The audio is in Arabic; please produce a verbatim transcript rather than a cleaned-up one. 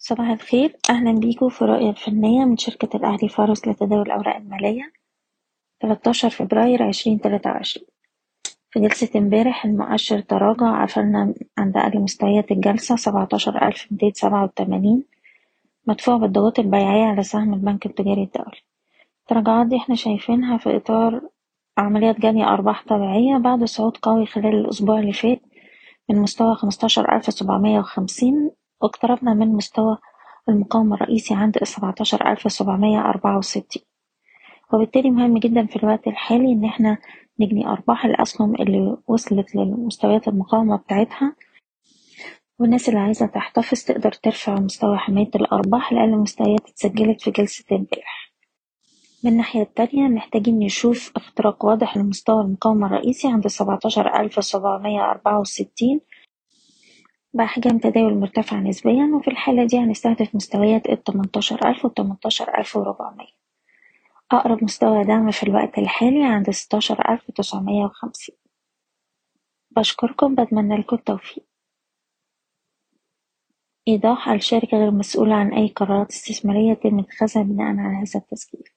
صباح الخير، أهلا بيكم في رؤية الفنية من شركة الأهلي فارس لتداول الأوراق المالية تلتاشر فبراير عشرين تلاتة وعشرين. في جلسة امبارح المؤشر تراجع، قفلنا عند أقل مستويات الجلسة سبعتاشر ألف ميتين سبعة وتمانين، مدفوع بالضغوط البيعية على سهم البنك التجاري الدولي. التراجعات دي احنا شايفينها في إطار عمليات جني أرباح طبيعية بعد صعود قوي خلال الأسبوع اللي فات من مستوى خمستاشر ألف سبعمية وخمسين، واقتربنا من مستوى المقاومة الرئيسي عند سبعتاشر ألف سبعمية أربعة وستين. وبالتالي مهم جدا في الوقت الحالي إن احنا نجني أرباح الأسهم اللي وصلت لمستويات المقاومة بتاعتها، والناس اللي عايزة تحتفظ تقدر ترفع مستوى حماية الأرباح لأقل مستويات اتسجلت في جلسة امبارح. من الناحية التانية محتاجين نشوف اختراق واضح لمستوى المقاومة الرئيسي عند سبعتاشر ألف سبعمية أربعة وستين بأحجام تداول مرتفعة نسبيا، وفي الحالة دي هنستهدف مستويات التمنتاشر ألف وتمنتاشر ألف وربعمية. أقرب مستوى دعم في الوقت الحالي عند ستاشر ألف تسعمية وخمسين. بشكركم، بتمنى لكم التوفيق. إيضاح: الشركة غير مسؤولة عن أي قرارات استثمارية يتم اتخاذها بناء على هذا التسجيل.